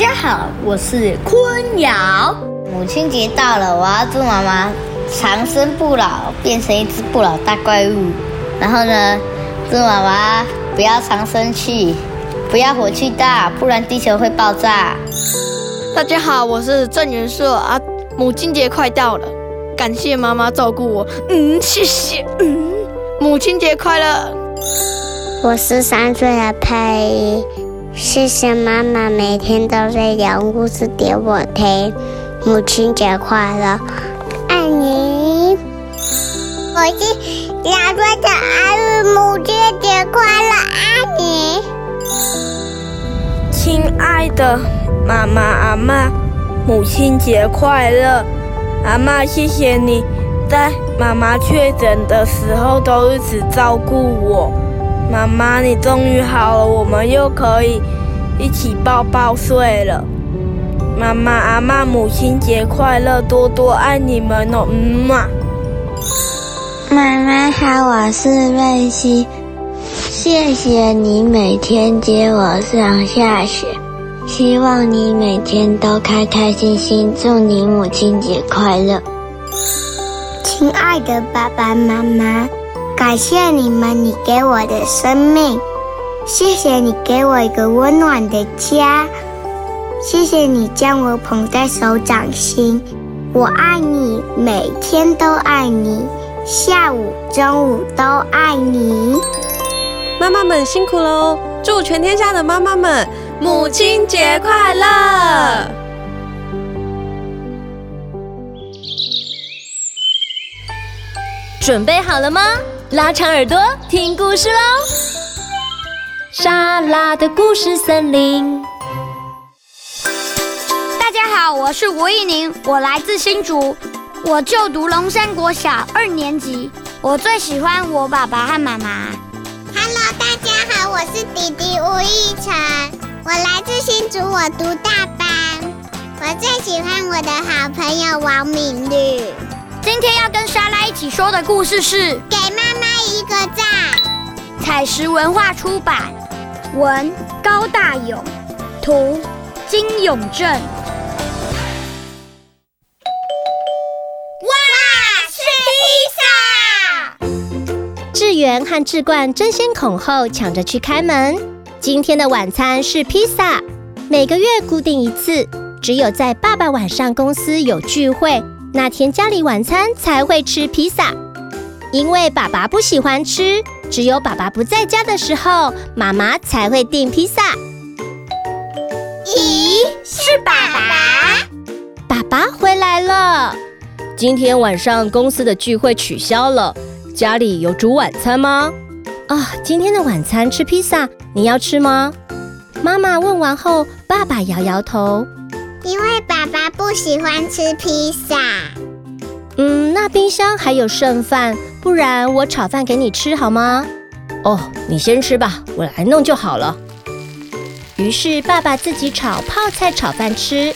家好，我是坤瑶。母亲节到了，我要祝妈妈长生不老，变成一只不老大怪物。然后呢，祝妈妈不要常生气，不要火气大，不然地球会爆炸。 大家好，我是郑元硕啊。母亲节快到了，感谢妈妈照顾我，谢谢，母亲节快乐。 我是3岁的佩仪，谢谢妈妈每天都在讲故事给我听，母亲节快乐，爱你。我是2岁的阿玉，母亲节快乐，爱你。 亲爱的妈妈阿嬷，母亲节快乐！阿嬷，谢谢你在妈妈确诊的时候都一直照顾我。妈妈，你终于好了，我们又可以一起抱抱睡了。妈妈阿嬷，母亲节快乐，多多爱你们哦， 妈妈好，我是瑞希，谢谢你每天接我上下学，希望你每天都开开心心，祝你母亲节快乐。亲爱的爸爸妈妈，感谢你们，你给我的生命，谢谢你给我一个温暖的家，谢谢你将我捧在手掌心，我爱你，每天都爱你，下午、中午都爱你。 妈妈们辛苦喽！祝全天下的妈妈们母亲节快乐！ 准备好了吗？拉长耳朵听故事喽！莎拉的故事森林。 大家好，我是吴艺宁，我来自新竹，我就读龙山国小2年级。我最喜欢我爸爸和妈妈。 Hello， 大家好，我是弟弟吴奕晨，我来自新竹，我读大班。我最喜欢我的好朋友王敏律。 今天要跟莎拉一起说的故事是《 给妈妈一个赞》， 采实文化出版，文高大勇，图金永正。 哇，是披萨！ 志源和志冠争先恐后抢着去开门。今天的晚餐是披萨，每个月固定一次，只有在爸爸晚上公司有聚会，那天家里晚餐才会吃披萨。因为爸爸不喜欢吃，只有爸爸不在家的时候，妈妈才会订披萨。 咦，是爸爸？ 爸爸回来了。 今天晚上公司的聚会取消了，家里有煮晚餐吗？ 今天的晚餐吃披萨，你要吃吗？妈妈问完后，爸爸摇摇头。 因为爸爸不喜欢吃披萨。 那冰箱还有剩饭，不然我炒饭给你吃好吗？ 你先吃吧，我来弄就好了。 于是爸爸自己炒泡菜炒饭吃。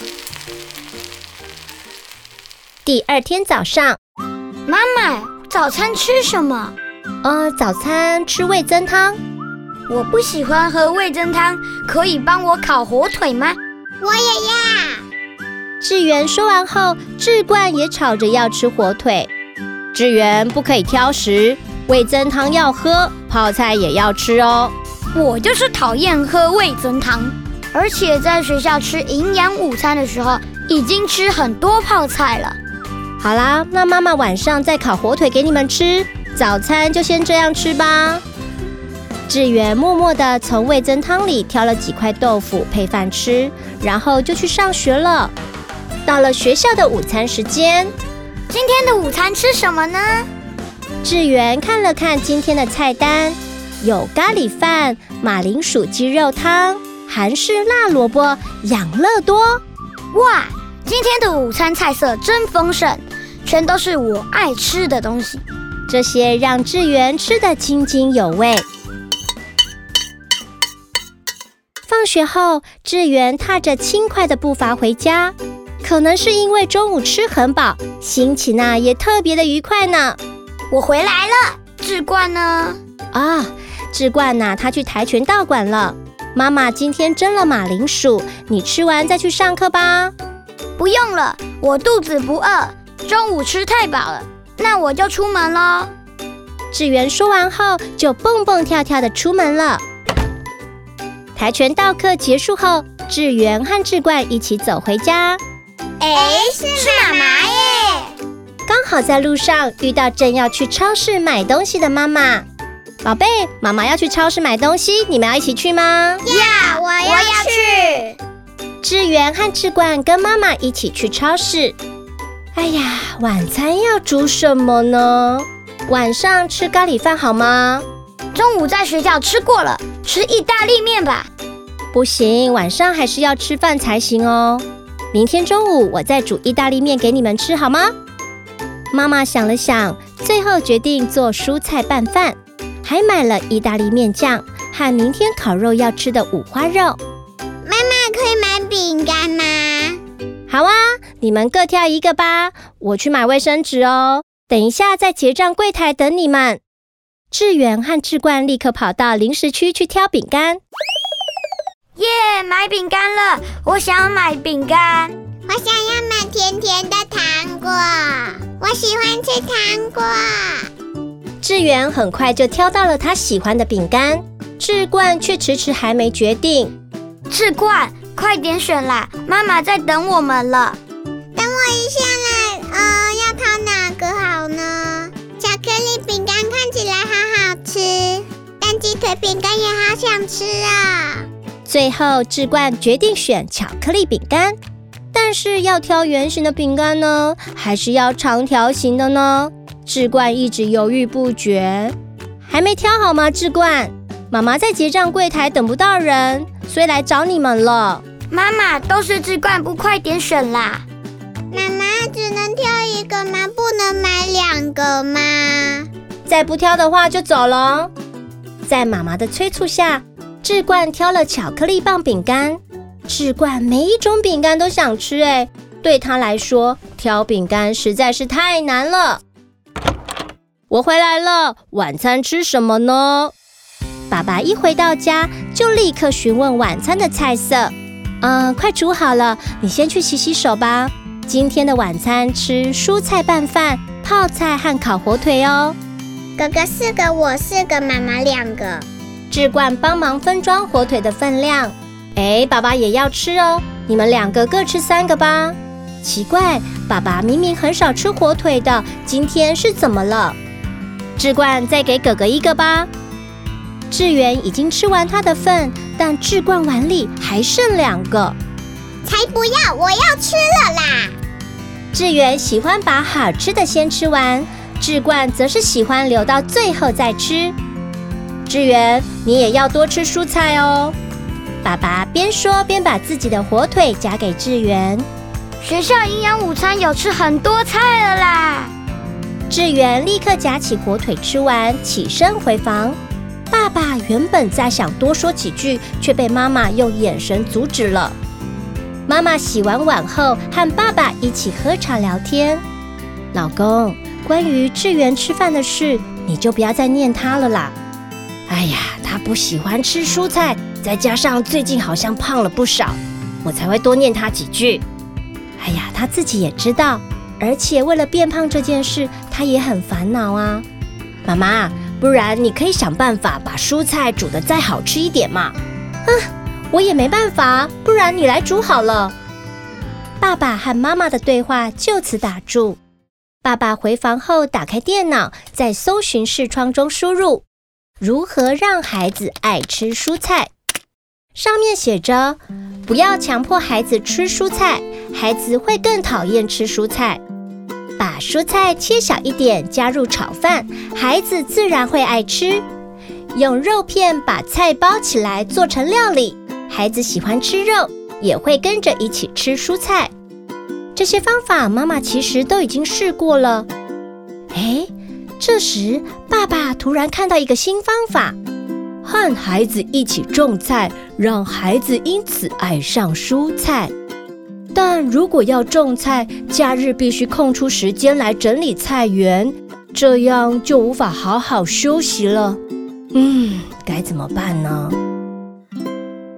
第2天早上， 妈妈，早餐吃什么？ 早餐吃味噌汤。 我不喜欢喝味噌汤，可以帮我烤火腿吗？ 我也要。 志源说完后，志冠也吵着要吃火腿。 志源不可以挑食，味噌汤要喝，泡菜也要吃哦。 我就是讨厌喝味噌汤，而且在学校吃营养午餐的时候，已经吃很多泡菜了。 好啦，那妈妈晚上再烤火腿给你们吃，早餐就先这样吃吧。志源默默地从味噌汤里挑了几块豆腐配饭吃，然后就去上学了。到了学校的午餐时间， 今天的午餐吃什么呢？ 志源看了看今天的菜单，有咖喱饭、马铃薯鸡肉汤、韩式辣萝卜、养乐多。 哇，今天的午餐菜色真丰盛，全都是我爱吃的东西。 这些让志源吃得津津有味。放学后，志源踏着轻快的步伐回家，可能是因为中午吃很饱，心情也特别的愉快呢。 我回来了，志冠呢？ 志冠他去跆拳道馆了。 妈妈今天蒸了马铃薯，你吃完再去上课吧。 不用了，我肚子不饿，中午吃太饱了，那我就出门咯。 志源说完后，就蹦蹦跳跳的出门了。跆拳道课结束后，志源和志冠一起走回家。 是妈妈耶！ 刚好在路上遇到正要去超市买东西的妈妈。宝贝，妈妈要去超市买东西，你们要一起去吗？ 要，我要去。 志源和志冠跟妈妈一起去超市。哎呀，晚餐要煮什么呢？晚上吃咖喱饭好吗？ 中午在学校吃过了，吃意大利面吧。 不行，晚上还是要吃饭才行哦。明天中午我再煮意大利面给你们吃好吗？妈妈想了想，最后决定做蔬菜拌饭，还买了意大利面酱和明天烤肉要吃的五花肉。 妈妈可以买饼干吗？ 好啊，你们各挑一个吧，我去买卫生纸哦。等一下在结账柜台等你们。志源和志冠立刻跑到零食区去挑饼干。 耶，买饼干了！我想买饼干。 我想要买甜甜的糖果，我喜欢吃糖果。 志源很快就挑到了他喜欢的饼干，志冠却迟迟还没决定。 志冠，快点选啦，妈妈在等我们了。 等我一下啦，要挑哪个好呢？巧克力饼干看起来好好吃，但鸡腿饼干也好想吃啊。 最后志冠决定选巧克力饼干，但是要挑圆形的饼干呢，还是要长条形的呢？志冠一直犹豫不决。还没挑好吗，志冠？妈妈在结账柜台等不到人，所以来找你们了。 妈妈，都是志冠不快点选啦。 妈妈只能挑一个吗？不能买2个吗？ 再不挑的话就走了。在妈妈的催促下，志冠挑了巧克力棒饼干。志冠每一种饼干都想吃，对他来说挑饼干实在是太难了。我回来了，晚餐吃什么呢？爸爸一回到家就立刻询问晚餐的菜色。快煮好了，你先去洗洗手吧。今天的晚餐吃蔬菜拌饭、泡菜和烤火腿哦。 哥哥4个，我4个，妈妈2个。 志冠帮忙分装火腿的分量。爸爸也要吃哦，你们2个各吃3个吧。奇怪，爸爸明明很少吃火腿的，今天是怎么了？志冠再给哥哥1个吧。志源已经吃完他的份，但志冠碗里还剩2个。 才不要，我要吃了啦！ 志源喜欢把好吃的先吃完，志冠则是喜欢留到最后再吃。志源，你也要多吃蔬菜哦。爸爸边说边把自己的火腿夹给志源。 学校营养午餐有吃很多菜了啦。 志源立刻夹起火腿吃完，起身回房。爸爸原本在想多说几句，却被妈妈用眼神阻止了。妈妈洗完碗后，和爸爸一起喝茶聊天。老公，关于志源吃饭的事，你就不要再念他了啦。哎呀，他不喜欢吃蔬菜，再加上最近好像胖了不少，我才会多念他几句。哎呀，他自己也知道，而且为了变胖这件事，他也很烦恼啊。妈妈，不然你可以想办法把蔬菜煮得再好吃一点嘛。我也没办法，不然你来煮好了。爸爸和妈妈的对话就此打住。爸爸回房后打开电脑，在搜寻视窗中输入如何让孩子爱吃蔬菜。上面写着，不要强迫孩子吃蔬菜，孩子会更讨厌吃蔬菜。把蔬菜切小一点，加入炒饭，孩子自然会爱吃。用肉片把菜包起来做成料理，孩子喜欢吃肉，也会跟着一起吃蔬菜。这些方法妈妈其实都已经试过了。这时爸爸突然看到一个新方法，和孩子一起种菜，让孩子因此爱上蔬菜。但如果要种菜，假日必须空出时间来整理菜园，这样就无法好好休息了。该怎么办呢？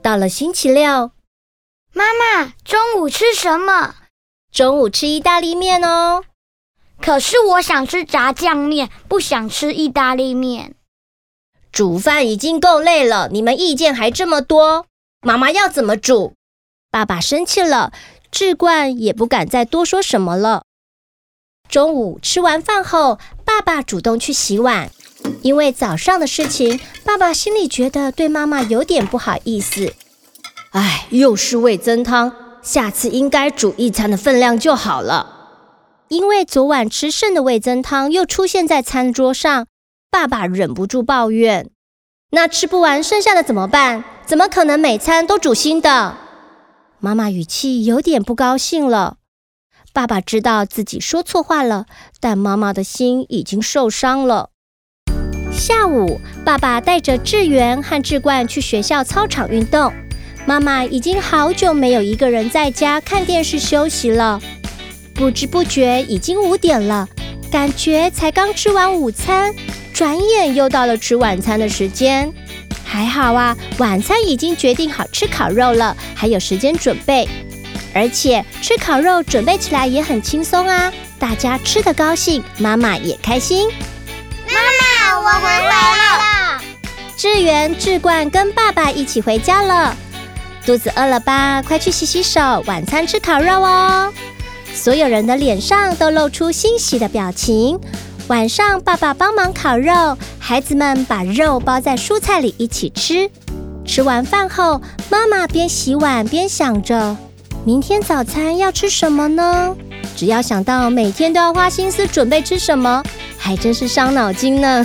到了星期六， 妈妈，中午吃什么？ 中午吃意大利面哦。 可是我想吃炸酱面，不想吃意大利面。 煮饭已经够累了，你们意见还这么多，妈妈要怎么煮？爸爸生气了，志冠也不敢再多说什么了。中午吃完饭后，爸爸主动去洗碗，因为早上的事情，爸爸心里觉得对妈妈有点不好意思。又是味噌汤，下次应该煮一餐的分量就好了。因为昨晚吃剩的味噌汤又出现在餐桌上，爸爸忍不住抱怨：那吃不完剩下的怎么办？怎么可能每餐都煮新的？妈妈语气有点不高兴了。爸爸知道自己说错话了，但妈妈的心已经受伤了。下午，爸爸带着志源和志冠去学校操场运动。妈妈已经好久没有一个人在家看电视休息了。不知不觉已经5点了，感觉才刚吃完午餐，转眼又到了吃晚餐的时间。还好啊，晚餐已经决定好吃烤肉了，还有时间准备。而且吃烤肉准备起来也很轻松啊，大家吃得高兴，妈妈也开心。 妈妈，我们回来了。 志源、志冠跟爸爸一起回家了。肚子饿了吧？快去洗洗手，晚餐吃烤肉哦。所有人的脸上都露出欣喜的表情。晚上爸爸帮忙烤肉，孩子们把肉包在蔬菜里一起吃。吃完饭后，妈妈边洗碗边想着，明天早餐要吃什么呢？只要想到每天都要花心思准备吃什么，还真是伤脑筋呢。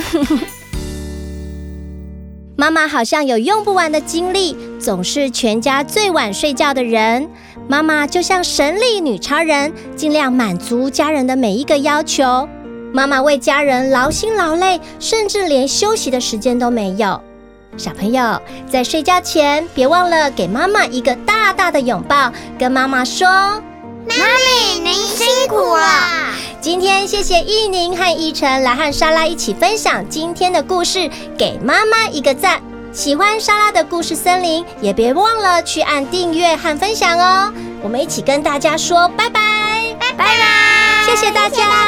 妈妈好像有用不完的精力，总是全家最晚睡觉的人。妈妈就像神力女超人，尽量满足家人的每一个要求。妈妈为家人劳心劳累，甚至连休息的时间都没有。小朋友，在睡觉前别忘了给妈妈一个大大的拥抱，跟妈妈说： 妈咪，您辛苦了。 今天谢谢依宁和依晨来和莎拉一起分享今天的故事，给妈妈一个赞。喜欢莎拉的故事森林，也别忘了去按订阅和分享哦。我们一起跟大家说拜拜， 拜拜， 谢谢大家。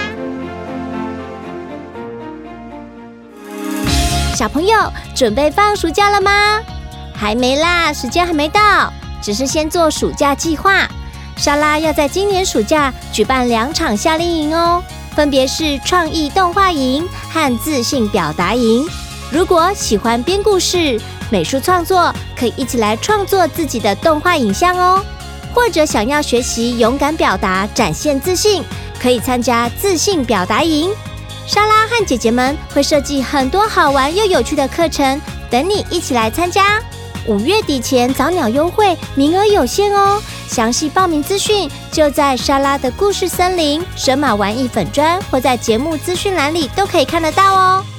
小朋友，准备放暑假了吗？还没啦，时间还没到，只是先做暑假计划。莎拉要在今年暑假举办2场夏令营哦，分别是创意动画营和自信表达营。如果喜欢编故事、美术创作，可以一起来创作自己的动画影像哦。或者想要学习勇敢表达、展现自信，可以参加自信表达营。莎拉和姐姐们会设计很多好玩又有趣的课程，等你一起来参加。5月底前早鸟优惠，名额有限哦。详细报名资讯就在莎拉的故事森林、神马玩意粉专，或在节目资讯栏里都可以看得到哦。